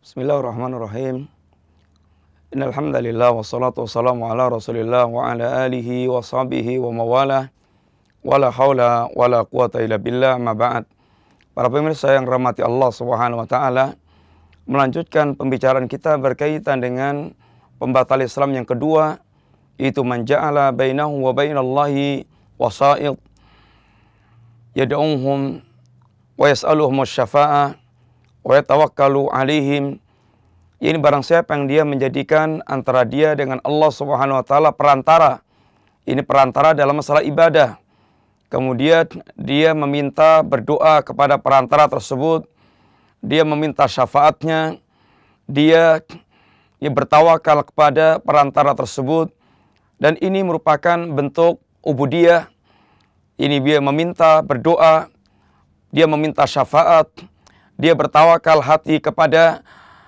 Bismillahirrahmanirrahim. Innal hamdalillah wassalatu wassalamu ala Rasulillah wa ala alihi wa sahbihi wa mawalah. Wala haula wala quwata illa billah, ma ba'd. Para pemirsa yang rahmati Allah Subhanahu wa taala, melanjutkan pembicaraan kita berkaitan dengan pembatal Islam yang kedua, yaitu man ja'ala bainahu wa bainallahi wasa'id yad'uhum wa yas'aluhum asy-syafa'ah wa yatawakkalu alaihim. Ini barang siapa yang dia menjadikan antara dia dengan Allah Subhanahu wa taala perantara. Ini perantara dalam masalah ibadah. Kemudian dia meminta berdoa kepada perantara tersebut. Dia meminta syafaatnya. Dia bertawakal kepada perantara tersebut. Dan ini merupakan bentuk ubudiyah. Ini dia meminta berdoa. Dia meminta syafaat. Dia bertawakal hati kepada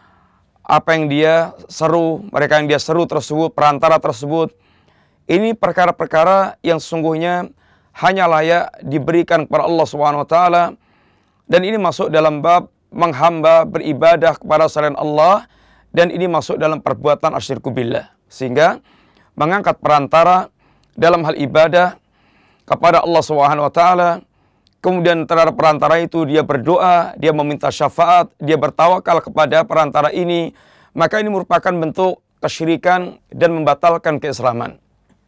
apa yang dia seru, mereka yang dia seru tersebut, perantara tersebut. Ini perkara-perkara yang sesungguhnya hanya layak diberikan kepada Allah Subhanahu wa taala, dan ini masuk dalam bab menghamba beribadah kepada selain Allah, dan ini masuk dalam perbuatan asyirku billah. Sehingga mengangkat perantara dalam hal ibadah kepada Allah Subhanahu wa taala, kemudian terhadap perantara itu dia berdoa, dia meminta syafaat, dia bertawakal kepada perantara ini, maka ini merupakan bentuk kesyirikan dan membatalkan keislaman.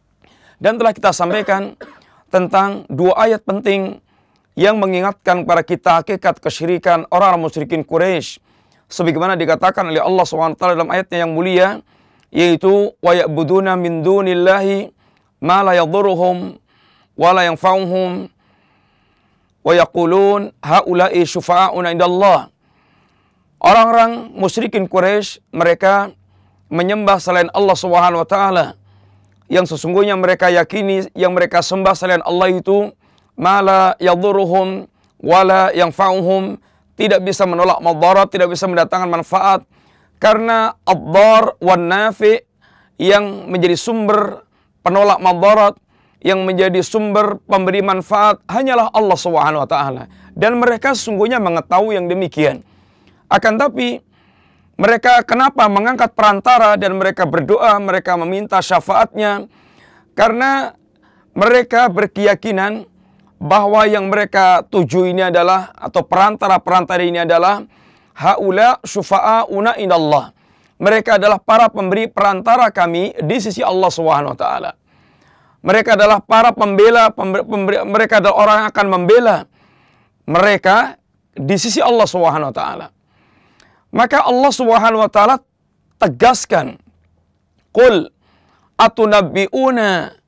Dan telah kita sampaikan tentang dua ayat penting yang mengingatkan kepada kita hakikat kesyirikan orang-orang musyrikin Quraisy. Sebagaimana dikatakan oleh Allah SWT dalam ayatnya yang mulia, yaitu wa ya'buduna min dunillahi ma la yadhurruhum wa la yanfa'uhum wa yaqulun haula'i syufa'auna indallah. Orang-orang musyrikin Quraisy mereka menyembah selain Allah Subhanahu wa taala, yang sesungguhnya mereka yakini yang mereka sembah selain Allah itu mala yadhurruhum wala yanfa'uhum, tidak bisa menolak madarat, tidak bisa mendatangkan manfaat, karena ad-dar wan nafi, yang menjadi sumber penolak madarat, yang menjadi sumber pemberi manfaat hanyalah Allah Subhanahu wa taala, dan mereka sesungguhnya mengetahui yang demikian. Akan tapi mereka kenapa mengangkat perantara dan mereka berdoa, mereka meminta syafaatnya? Karena mereka berkeyakinan bahwa yang mereka tuju ini adalah, atau perantara-perantara ini adalah haula syufa'auna indallah. Mereka adalah para pemberi perantara kami di sisi Allah Subhanahu wa taala. Mereka adalah para pembela, mereka adalah orang yang akan membela mereka di sisi Allah Subhanahu wa taala. Maka Allah Subhanahu wa taala tegaskan, Qul atunabbi'una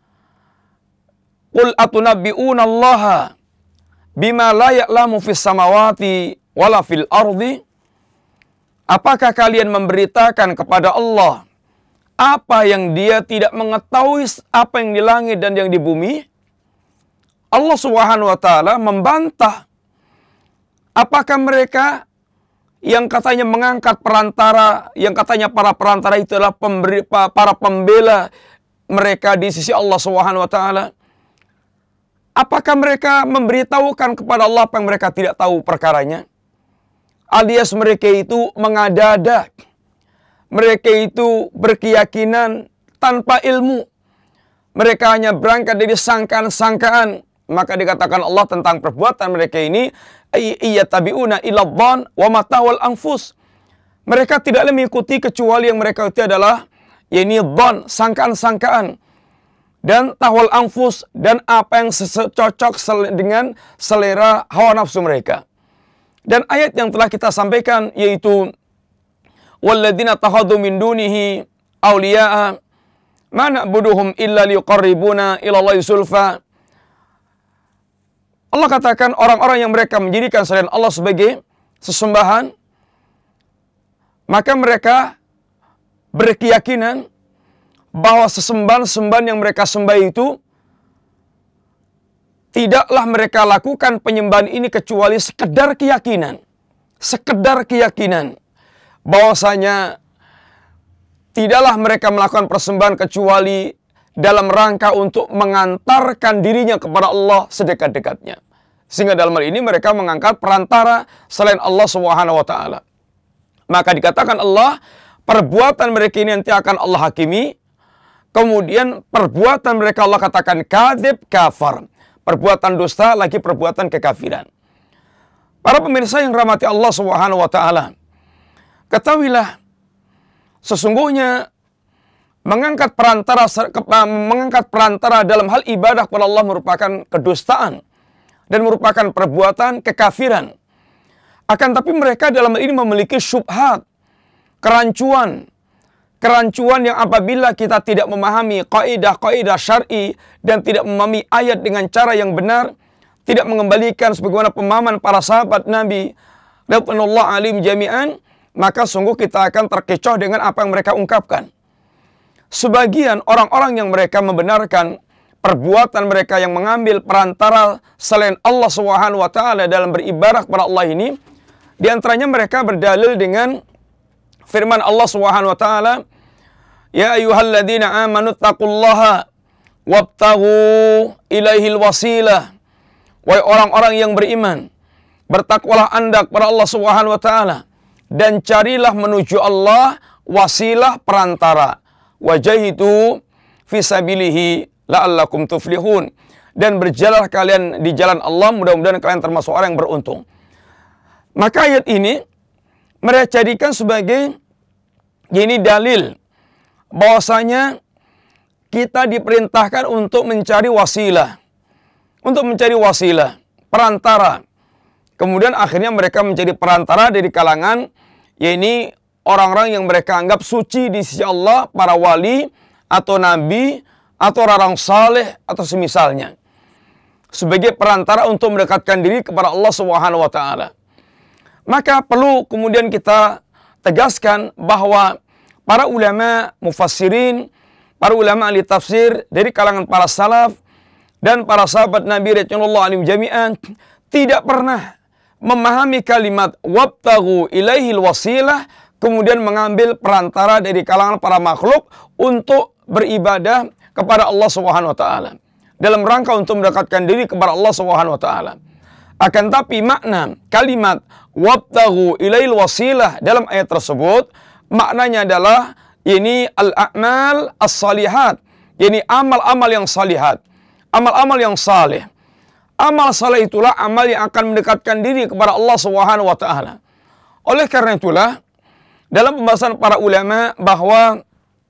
Allaha bima la ya'lamu fis samawati wala fil ardi. Apakah kalian memberitakan kepada Allah apa yang dia tidak mengetahui, apa yang di langit dan yang di bumi? Allah Subhanahu wa taala membantah. Apakah mereka yang katanya mengangkat perantara, yang katanya para perantara itu adalah para pembela mereka di sisi Allah Subhanahu wa taala? Apakah mereka memberitahukan kepada Allah apa yang mereka tidak tahu perkaranya? Alias mereka itu mengada-ada. Mereka itu berkeyakinan tanpa ilmu. Mereka hanya berangkat dari sangkaan-sangkaan. Maka dikatakan Allah tentang perbuatan mereka ini, iyyatabi'una ila dhann wa mata'wal anfus. Mereka tidak mengikuti kecuali yang mereka itu adalah dhann, sangkaan-sangkaan, dan tahwal anfus, dan apa yang cocok dengan selera hawa nafsu mereka. Dan ayat yang telah kita sampaikan, yaitu walladzina takhadhu min dunihi awliya'a ma na'buduhum illa liqarribuna ila Allahi zulfa. Allah katakan orang-orang yang mereka menjadikan selain Allah sebagai sesembahan, maka mereka berkeyakinan bahwa sesembahan-sembahan yang mereka sembah itu tidaklah mereka lakukan penyembahan ini kecuali sekedar keyakinan. Sekedar keyakinan bahwasanya tidaklah mereka melakukan persembahan kecuali dalam rangka untuk mengantarkan dirinya kepada Allah sedekat-dekatnya. Sehingga dalam hal ini mereka mengangkat perantara selain Allah Subhanahu wa taala. Maka dikatakan Allah, perbuatan mereka ini nanti akan Allah hakimi. Kemudian perbuatan mereka Allah katakan kadzib, kafar. Perbuatan dusta lagi perbuatan kekafiran. Para pemirsa yang rahmati Allah Subhanahu wa taala, ketahuilah sesungguhnya mengangkat perantara dalam hal ibadah kepada Allah merupakan kedustaan dan merupakan perbuatan kekafiran. Akan tapi mereka dalam hal ini memiliki syubhat, kerancuan yang apabila kita tidak memahami kaidah-kaidah syar'i dan tidak memahami ayat dengan cara yang benar, tidak mengembalikan sebagaimana pemahaman para sahabat Nabi radhiyallahu alim jami'an, maka sungguh kita akan terkecoh dengan apa yang mereka ungkapkan. Sebagian orang-orang yang mereka membenarkan perbuatan mereka yang mengambil perantara selain Allah Subhanahu wa taala dalam beribadah kepada Allah ini, di antaranya mereka berdalil dengan firman Allah Subhanahu wa taala, "Ya ayyuhalladzina amanu taqullaha wabtaghu ilaihil wasilah." Wahai orang-orang yang beriman, bertakwalah Anda kepada Allah Subhanahu wa taala dan carilah menuju Allah wasilah perantara. Wajahidu fi sabilihi la'allakum tuflihun. Dan berjalanlah kalian di jalan Allah, mudah-mudahan kalian termasuk orang yang beruntung. Maka ayat ini mereka jadikan sebagai dalil bahwasanya kita diperintahkan untuk mencari wasilah. Untuk mencari wasilah, perantara. Kemudian akhirnya mereka menjadi perantara dari kalangan orang-orang yang mereka anggap suci di sisi Allah, para wali atau nabi atau orang saleh atau semisalnya, sebagai perantara untuk mendekatkan diri kepada Allah Subhanahu wa taala. Maka perlu kemudian kita tegaskan bahwa para ulama mufassirin, para ulama ahli tafsir dari kalangan para salaf dan para sahabat Nabi radhiyallahu anhum jami'an tidak pernah memahami kalimat wabtaghu ilaihil wasilah kemudian mengambil perantara dari kalangan para makhluk untuk beribadah kepada Allah Subhanahu wa taala dalam rangka untuk mendekatkan diri kepada Allah Subhanahu wa taala. Akan tapi makna kalimat wabtaghu ilaihil wasilah dalam ayat tersebut maknanya adalah ini al-a'mal as-salihat, ini amal-amal yang salihat, amal-amal yang saleh. Amal saleh itulah amal yang akan mendekatkan diri kepada Allah Subhanahu wa taala. Oleh karena itulah dalam pembahasan para ulama bahwa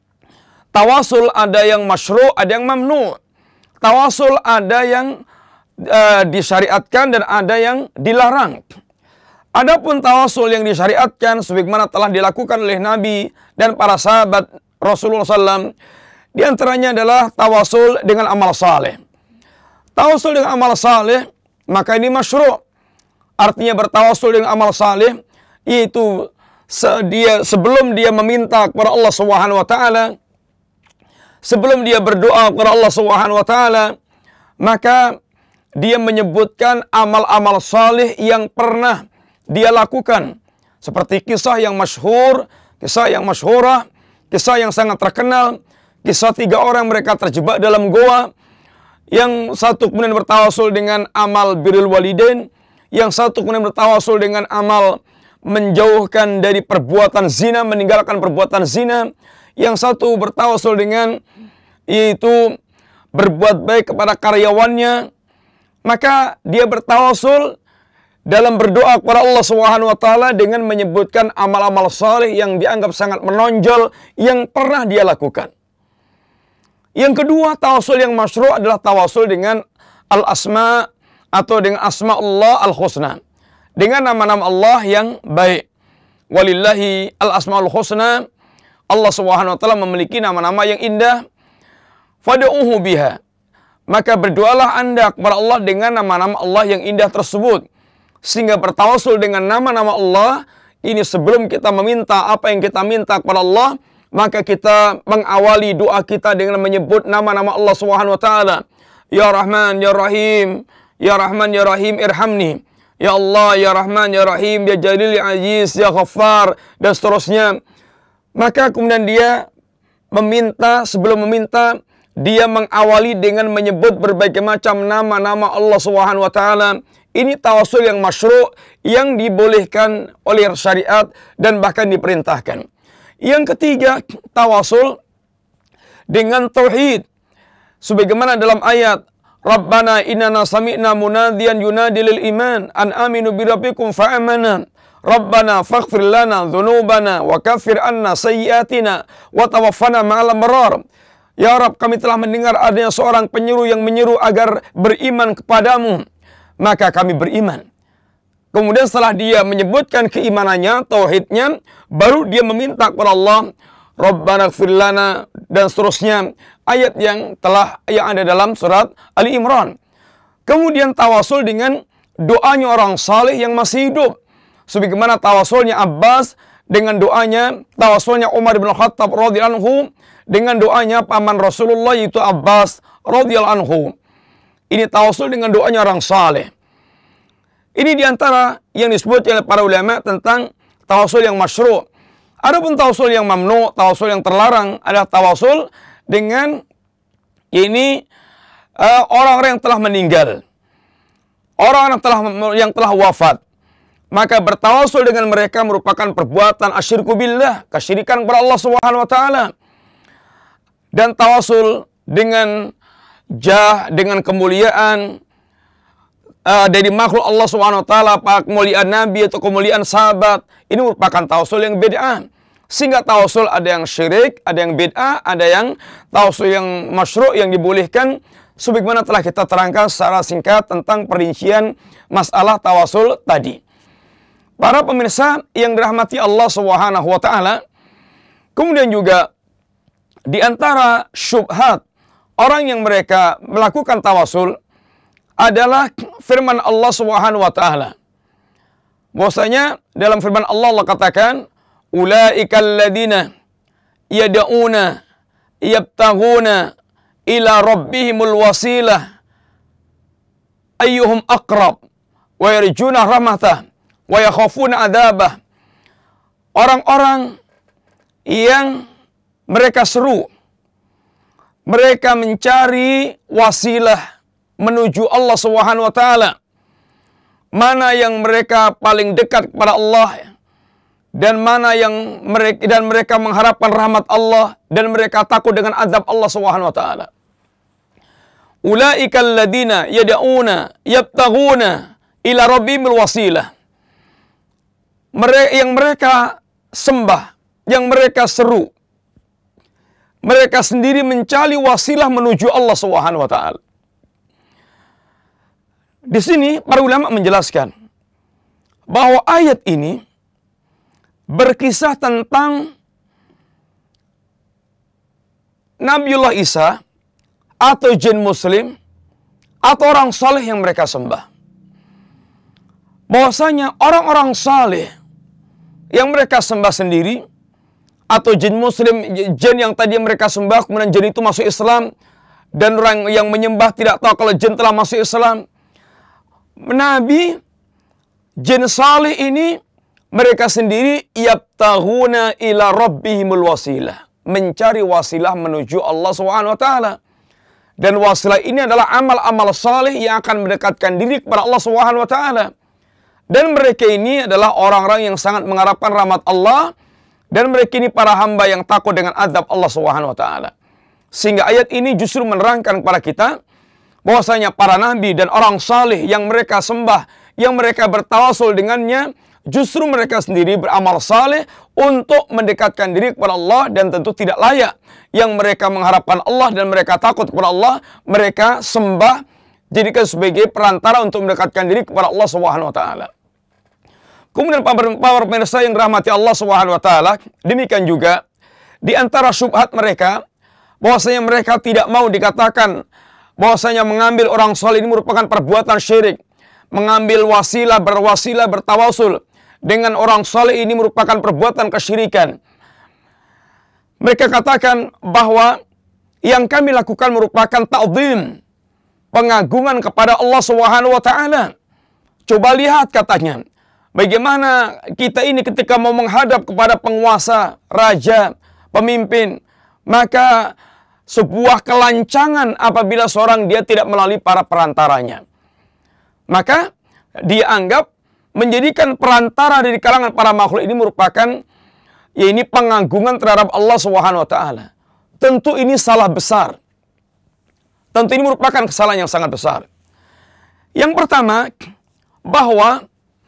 tawasul ada yang masyru', ada yang mamnu'. Tawasul ada yang disyariatkan dan ada yang dilarang. Adapun tawasul yang disyariatkan sebagaimana telah dilakukan oleh Nabi dan para sahabat Rasulullah SAW, di antaranya adalah tawasul dengan amal saleh. Tawasul dengan amal saleh maka ini masyru'. Artinya bertawasul dengan amal saleh yaitu sebelum dia meminta kepada Allah Subhanahu wa taala, sebelum dia berdoa kepada Allah Subhanahu wa taala, maka dia menyebutkan amal-amal saleh yang pernah dia lakukan. Seperti kisah yang masyhur, kisah yang masyhurah, kisah yang sangat terkenal, kisah 3 orang mereka terjebak dalam goa. Yang satu kemudian bertawasul dengan amal birrul walidain, yang satu kemudian bertawasul dengan amal menjauhkan dari perbuatan zina, meninggalkan perbuatan zina, yang satu bertawasul dengan yaitu berbuat baik kepada karyawannya. Maka dia bertawasul dalam berdoa kepada Allah Subhanahu wa taala dengan menyebutkan amal-amal saleh yang dianggap sangat menonjol yang pernah dia lakukan. Yang kedua, tawasul yang masyru' adalah tawasul dengan al-asma atau dengan asma Allah al-husna, dengan nama-nama Allah yang baik. Walillahi al-asmaul husna, Allah Subhanahu wa taala memiliki nama-nama yang indah. Fad'uhu biha, maka berdoalah Anda kepada Allah dengan nama-nama Allah yang indah tersebut. Sehingga bertawasul dengan nama-nama Allah ini sebelum kita meminta apa yang kita minta kepada Allah, maka kita mengawali doa kita dengan menyebut nama-nama Allah Subhanahu wa taala. Ya Rahman, Ya Rahim, Ya Rahman, Ya Rahim, irhamni. Ya Allah, Ya Rahman, Ya Rahim, Ya Jalil, Ya Aziz, Ya Ghaffar, dan seterusnya. Maka kemudian dia meminta, sebelum meminta, dia mengawali dengan menyebut berbagai macam nama-nama Allah Subhanahu wa taala. Ini tawasul yang masyru', yang dibolehkan oleh syariat dan bahkan diperintahkan. Yang ketiga, tawasul dengan tauhid. Sebagaimana dalam ayat, Rabbana innana sami'na munadiyan yunadi lil iman an aminu bi rabbikum fa'amana. Rabbana faghfir lana dzunubana wa kaffir anna sayyi'atina wa tawaffana ma'al abrar. Ya Rabb, kami telah mendengar adanya seorang penyeru yang menyeru agar beriman kepadamu, maka kami beriman. Kemudian setelah dia menyebutkan keimanannya, tauhidnya, baru dia meminta kepada Allah, Rabbana ighfir lana, dan seterusnya, ayat yang ada dalam surat Ali Imran. Kemudian tawasul dengan doanya orang saleh yang masih hidup. Sebagaimana tawasulnya Abbas dengan doanya, tawasulnya Umar bin Khattab radhiyallahu anhu dengan doanya paman Rasulullah yaitu Abbas radhiyallahu anhu. Ini tawasul dengan doanya orang saleh. Ini diantara yang disebut oleh para ulama tentang tawasul yang masyru'. Adapun tawasul yang mamnu', tawasul yang terlarang adalah tawasul dengan ini orang-orang yang telah meninggal, orang yang telah wafat. Maka bertawasul dengan mereka merupakan perbuatan asyirku billah, kesyirikan kepada Allah Subhanahu wa taala. Dan tawasul dengan jah, dengan kemuliaan dari makhluk Allah Subhanahu wa taala, kemuliaan nabi atau kemuliaan sahabat, ini merupakan tawasul yang bid'ah. Sehingga tawasul ada yang syirik, ada yang bid'ah, ada yang tawasul yang masyru' yang dibolehkan, sebagaimana telah kita terangkan secara singkat tentang perincian masalah tawasul tadi. Para pemirsa yang dirahmati Allah Subhanahu wa taala, kemudian juga di antara syubhat orang yang mereka melakukan tawasul adalah firman Allah Subhanahu wa taala. Bahwasanya dalam firman Allah, Allah katakan, ulaikal ladzina yad'una yabtaghuna ila rabbihimul wasilah ayyuhum aqrab wa yarjuna rahmatah wa yakhafuna adzabah. Orang-orang yang mereka seru, mereka mencari wasilah menuju Allah Subhanahu wa taala. Mana yang mereka paling dekat kepada Allah dan mana yang mereka mengharapkan rahmat Allah dan mereka takut dengan azab Allah Subhanahu wa taala. Ulaikal ladzina yad'una yabtaghuna ila rabbihimul wasilah. Yang mereka sembah, yang mereka seru, mereka sendiri mencari wasilah menuju Allah Subhanahu wa taala. Di sini para ulama menjelaskan bahwa ayat ini berkisah tentang Nabiullah Isa atau jin muslim atau orang saleh yang mereka sembah. Bahwasanya orang-orang saleh yang mereka sembah sendiri atau jin muslim, jin yang tadi mereka sembah kemudian jin itu masuk Islam, dan orang yang menyembah tidak tahu kalau jin telah masuk Islam. Nabi, jin salih ini mereka sendiri yabtaghuna ila rabbihimul wasilah, mencari wasilah menuju Allah Subhanahu wa taala. Dan wasilah ini adalah amal-amal salih yang akan mendekatkan diri kepada Allah Subhanahu wa taala. Dan mereka ini adalah orang-orang yang sangat mengharapkan rahmat Allah, dan mereka ini para hamba yang takut dengan azab Allah Subhanahu wa taala. Sehingga ayat ini justru menerangkan kepada kita bahwasanya para nabi dan orang saleh yang mereka sembah, yang mereka bertawasul dengannya, justru mereka sendiri beramal saleh untuk mendekatkan diri kepada Allah, dan tentu tidak layak yang mereka mengharapkan Allah dan mereka takut kepada Allah, mereka sembah jadikan sebagai perantara untuk mendekatkan diri kepada Allah Subhanahu wa taala. Kemudian para pemirsa yang dirahmati Allah Subhanahu wa taala, demikian juga di antara syubhat mereka bahwasanya mereka tidak mau dikatakan bahwasanya mengambil orang saleh ini merupakan perbuatan syirik. Mengambil wasilah, bertawasul dengan orang saleh ini merupakan perbuatan kesyirikan. Mereka katakan bahwa yang kami lakukan merupakan ta'zim, pengagungan kepada Allah Subhanahu wa taala. Coba lihat katanya, bagaimana kita ini ketika mau menghadap kepada penguasa, raja, pemimpin, maka sebuah kelancangan apabila seorang dia tidak melalui para perantaranya. Maka dia anggap menjadikan perantara dari kalangan para makhluk ini merupakan ini pengagungan terhadap Allah Subhanahu wa taala. Tentu ini salah besar. Tentu ini merupakan kesalahan yang sangat besar. Yang pertama, bahwa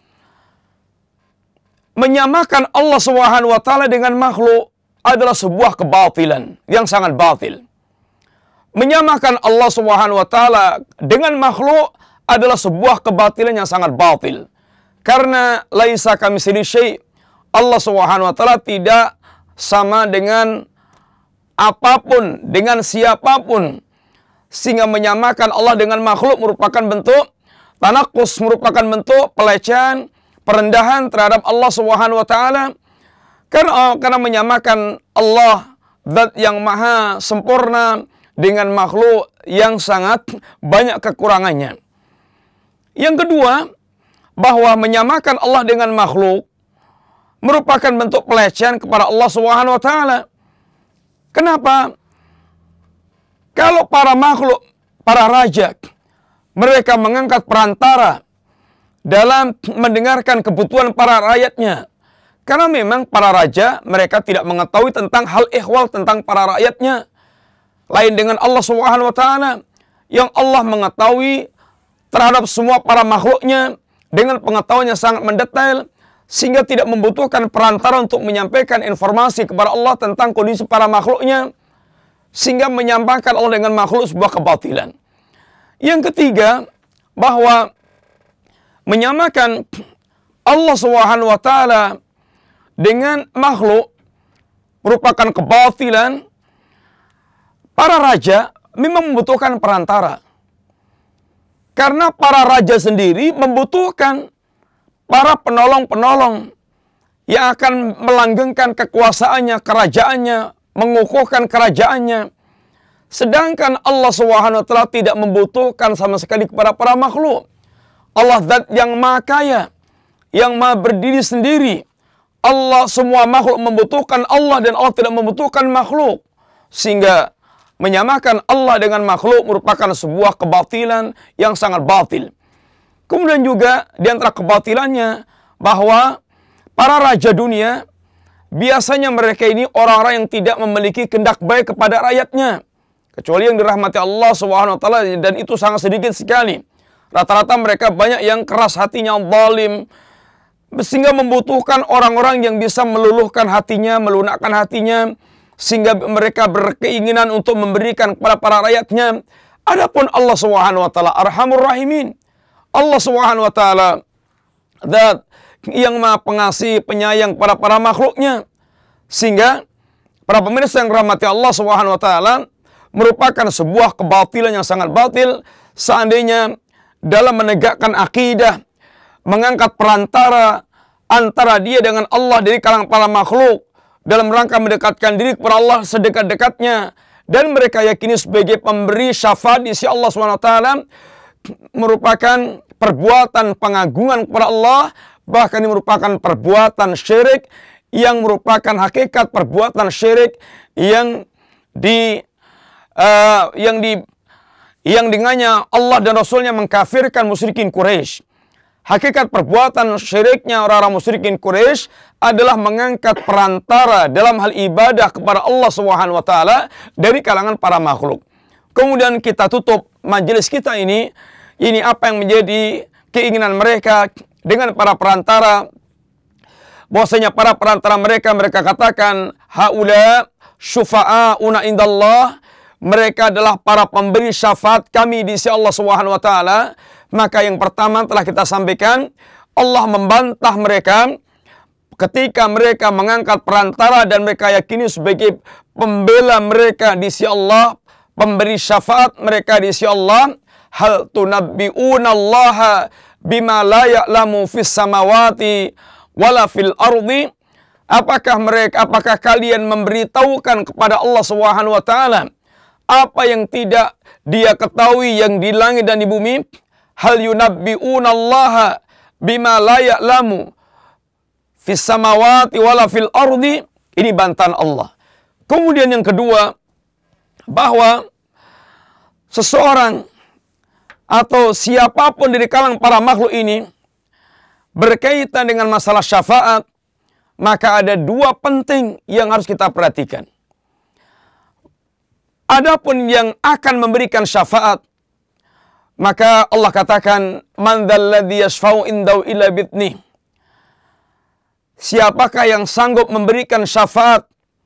menyamakan Allah Subhanahu wa taala dengan makhluk adalah sebuah kebatilan yang sangat batil. Menyamakan Allah Subhanahu wa taala dengan makhluk adalah sebuah kebatilan yang sangat batil. Karena laisa kamitslihi syai'. Allah Subhanahu wa taala tidak sama dengan apapun, dengan siapapun. Sehingga menyamakan Allah dengan makhluk merupakan bentuk tanakus, merupakan bentuk pelecehan, perendahan terhadap Allah Subhanahu wa taala. Karena menyamakan Allah zat yang maha sempurna dengan makhluk yang sangat banyak kekurangannya. Yang kedua, bahwa menyamakan Allah dengan makhluk merupakan bentuk pelecehan kepada Allah Subhanahu wa taala. Kenapa? Kalau para makhluk, para raja, mereka mengangkat perantara dalam mendengarkan kebutuhan para rakyatnya. Karena memang para raja, mereka tidak mengetahui tentang hal ihwal tentang para rakyatnya. Lain dengan Allah Subhanahu wa taala yang Allah mengetahui terhadap semua para makhluknya dengan pengetahuan yang sangat mendetail, sehingga tidak membutuhkan perantara untuk menyampaikan informasi kepada Allah tentang kondisi para makhluknya, sehingga menyampaikan Allah dengan makhluk sebuah kebatilan. Yang ketiga, bahwa menyamakan Allah Subhanahu wa taala dengan makhluk merupakan kebatilan. Para raja memang membutuhkan perantara. Karena para raja sendiri membutuhkan para penolong-penolong yang akan melanggengkan kekuasaannya, kerajaannya, mengukuhkan kerajaannya. Sedangkan Allah Subhanahu wa taala tidak membutuhkan sama sekali kepada para makhluk. Allah zat yang maha kaya, yang maha berdiri sendiri. Allah, semua makhluk membutuhkan Allah dan Allah tidak membutuhkan makhluk. Sehingga menyamakan Allah dengan makhluk merupakan sebuah kebatilan yang sangat batil. Kemudian juga di antara kebatilannya bahwa para raja dunia biasanya mereka ini orang-orang yang tidak memiliki kehendak baik kepada rakyatnya, kecuali yang dirahmati Allah Subhanahu wa taala, dan itu sangat sedikit sekali. Rata-rata mereka banyak yang keras hatinya, zalim, sehingga membutuhkan orang-orang yang bisa meluluhkan hatinya, melunakkan hatinya, sehingga mereka berkeinginan untuk memberikan kepada para rakyatnya. Adapun Allah Subhanahu wa taala Arhamur Rahimin. Allah Subhanahu wa taala zat yang maha pengasih, penyayang pada para makhluknya. Sehingga para pemirsa yang rahmati Allah Subhanahu wa taala, merupakan sebuah kebatilan yang sangat batil seandainya dalam menegakkan akidah, mengangkat perantara antara dia dengan Allah dari kalangan para makhluk dalam rangka mendekatkan diri kepada Allah sedekat-dekatnya, dan mereka yakini sebagai pemberi syafaat di sisi Allah SWT, merupakan perbuatan pengagungan kepada Allah, bahkan ini merupakan perbuatan syirik yang merupakan hakikat perbuatan syirik yang dengannya Allah dan Rasulnya mengkafirkan musyrikin Quraisy. Hakikat perbuatan syiriknya orang-orang musyrikin Quraisy adalah mengangkat perantara dalam hal ibadah kepada Allah Subhanahu wa taala dari kalangan para makhluk. Kemudian kita tutup majelis kita ini apa yang menjadi keinginan mereka dengan para perantara. Bahwasanya para perantara mereka katakan haula syufa'auna indallah, mereka adalah para pemberi syafaat kami di sisi Allah Subhanahu wa taala. Maka yang pertama telah kita sampaikan, Allah membantah mereka ketika mereka mengangkat perantara dan mereka yakini sebagai pembela mereka di sisi Allah, pemberi syafaat mereka di sisi Allah. Hal tunabbi'una Allah bima la ya'lamu fis samawati wala fil ardi. Apakah kalian memberitahukan kepada Allah Subhanahu wa taala apa yang tidak dia ketahui yang di langit dan di bumi? Hal yunabbi'una Allah bima la ya'lamu fis samawati wala fil ardi. Ini bantahan Allah. Kemudian yang kedua, bahwa seseorang atau siapapun dari kalangan para makhluk ini berkaitan dengan masalah syafaat, maka ada dua penting yang harus kita perhatikan. Adapun yang akan memberikan syafaat, maka Allah katakan, "Man dzalladzi yashfa'u indahu illa bi'idnih." Siapakah yang sanggup memberikan syafaat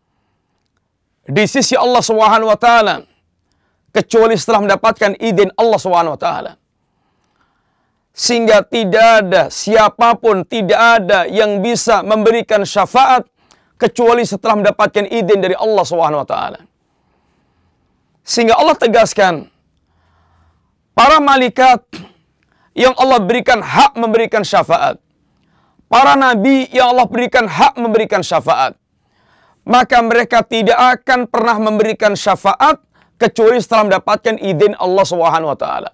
di sisi Allah Subhanahu wa taala kecuali setelah mendapatkan izin Allah Subhanahu wa taala? Sehingga tidak ada siapapun, tidak ada yang bisa memberikan syafaat kecuali setelah mendapatkan izin dari Allah Subhanahu wa taala. Sehingga Allah tegaskan, para malaikat yang Allah berikan hak memberikan syafaat, para nabi yang Allah berikan hak memberikan syafaat, maka mereka tidak akan pernah memberikan syafaat kecuali setelah mendapatkan izin Allah Subhanahu wa taala.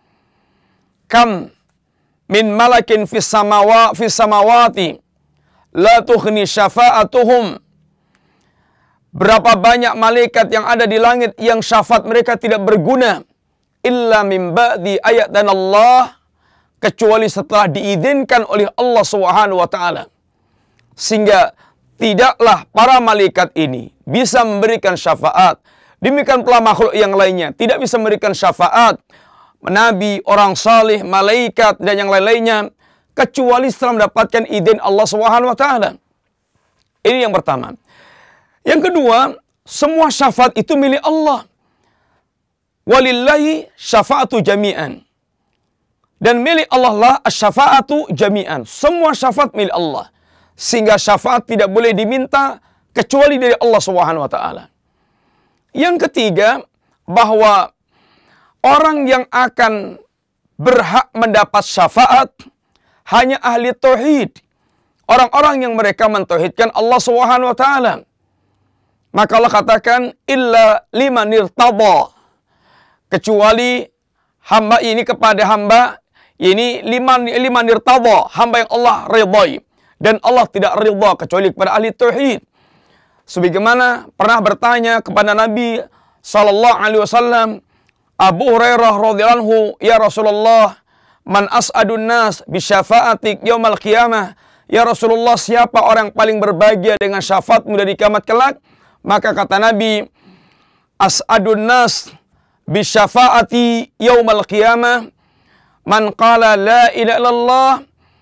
Kam min malakin fis samawati la tughni syafa'atuhum. Berapa banyak malaikat yang ada di langit yang syafaat mereka tidak berguna illa min ba'di ayat dan Allah, kecuali setelah diizinkan oleh Allah Subhanahu wa taala. Sehingga tidaklah para malaikat ini bisa memberikan syafaat. Demikian pula makhluk yang lainnya tidak bisa memberikan syafaat, nabi, orang saleh, malaikat dan yang lain-lainnya kecuali setelah mendapatkan izin Allah Subhanahu wa taala. Ini yang pertama. Yang kedua, semua syafaat itu milik Allah. Walillahi syafa'atu jami'an. Dan milik Allah lah asy-syafa'atu jami'an. Semua syafaat milik Allah. Sehingga syafaat tidak boleh diminta kecuali dari Allah Subhanahu wa taala. Yang ketiga, bahwa orang yang akan berhak mendapat syafaat hanya ahli tauhid. Orang-orang yang mereka mentauhidkan Allah Subhanahu wa taala. Maka Allah katakan illa liman irtada. Kecuali hamba ini kepada hamba ini liman irtada, hamba yang Allah ridhai. Dan Allah tidak ridha kecuali kepada ahli tauhid. Sebagaimana pernah bertanya kepada Nabi sallallahu alaihi wasallam Abu Hurairah radhiyallahu anhu, "Ya Rasulullah, man as'adun nas bi syafa'atik yaumal qiyamah?" Ya Rasulullah, siapa orang yang paling berbahagia dengan syafaatmu dari kiamat kelak? Maka kata Nabi, "As'adun nas bi syafa'ati yaumal qiyamah man qala la ilaha illallah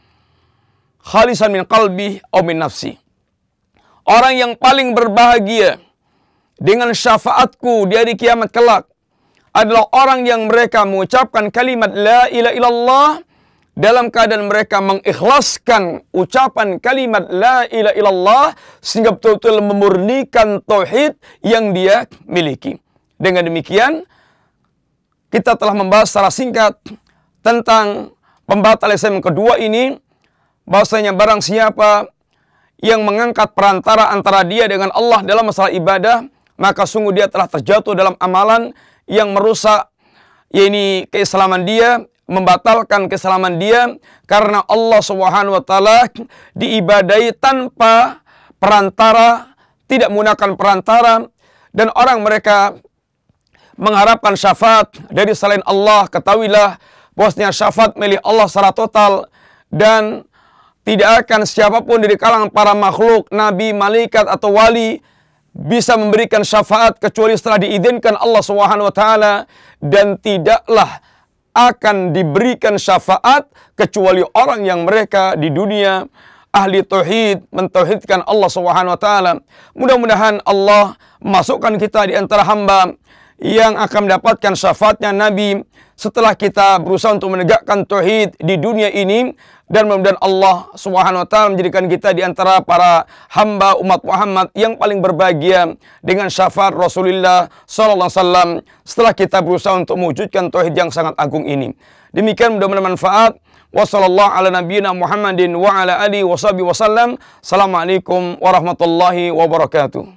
khalisan min qalbi aw min nafsi." Orang yang paling berbahagia dengan syafaatku di hari kiamat kelak adalah orang yang mereka mengucapkan kalimat la ilaha illallah dalam keadaan mereka mengikhlaskan ucapan kalimat la ilaha illallah sehingga betul-betul memurnikan tauhid yang dia miliki. Dengan demikian, kita telah membahas secara singkat tentang pembatal Islam yang kedua ini, bahwasanya barang siapa yang mengangkat perantara antara dia dengan Allah dalam masalah ibadah, maka sungguh dia telah terjatuh dalam amalan yang merusak yakni keislaman dia, membatalkan keislaman dia, karena Allah Subhanahu wa taala diibadahi tanpa perantara, tidak menggunakan perantara, dan orang mereka mengharapkan syafaat dari selain Allah. Ketahuilah bahwasanya syafaat milik Allah secara total, dan tidak akan siapapun dari kalangan para makhluk, nabi, malaikat atau wali bisa memberikan syafaat kecuali setelah diizinkan Allah Subhanahu wa taala, dan tidaklah akan diberikan syafaat kecuali orang yang mereka di dunia ahli tauhid, mentauhidkan Allah Subhanahu wa taala. Mudah-mudahan Allah masukkan kita di antara hamba yang akan mendapatkan syafaatnya Nabi setelah kita berusaha untuk menegakkan tauhid di dunia ini, dan mudah-mudahan Allah Subhanahu wa taala menjadikan kita di antara para hamba umat Muhammad yang paling berbahagia dengan syafaat Rasulullah sallallahu alaihi wasallam setelah kita berusaha untuk mewujudkan tauhid yang sangat agung ini. Demikian, mudah-mudahan manfaat. Wassallallahu ala nabiyyina Muhammadin wa ala alihi washabihi wasallam. Assalamualaikum warahmatullahi wabarakatuh.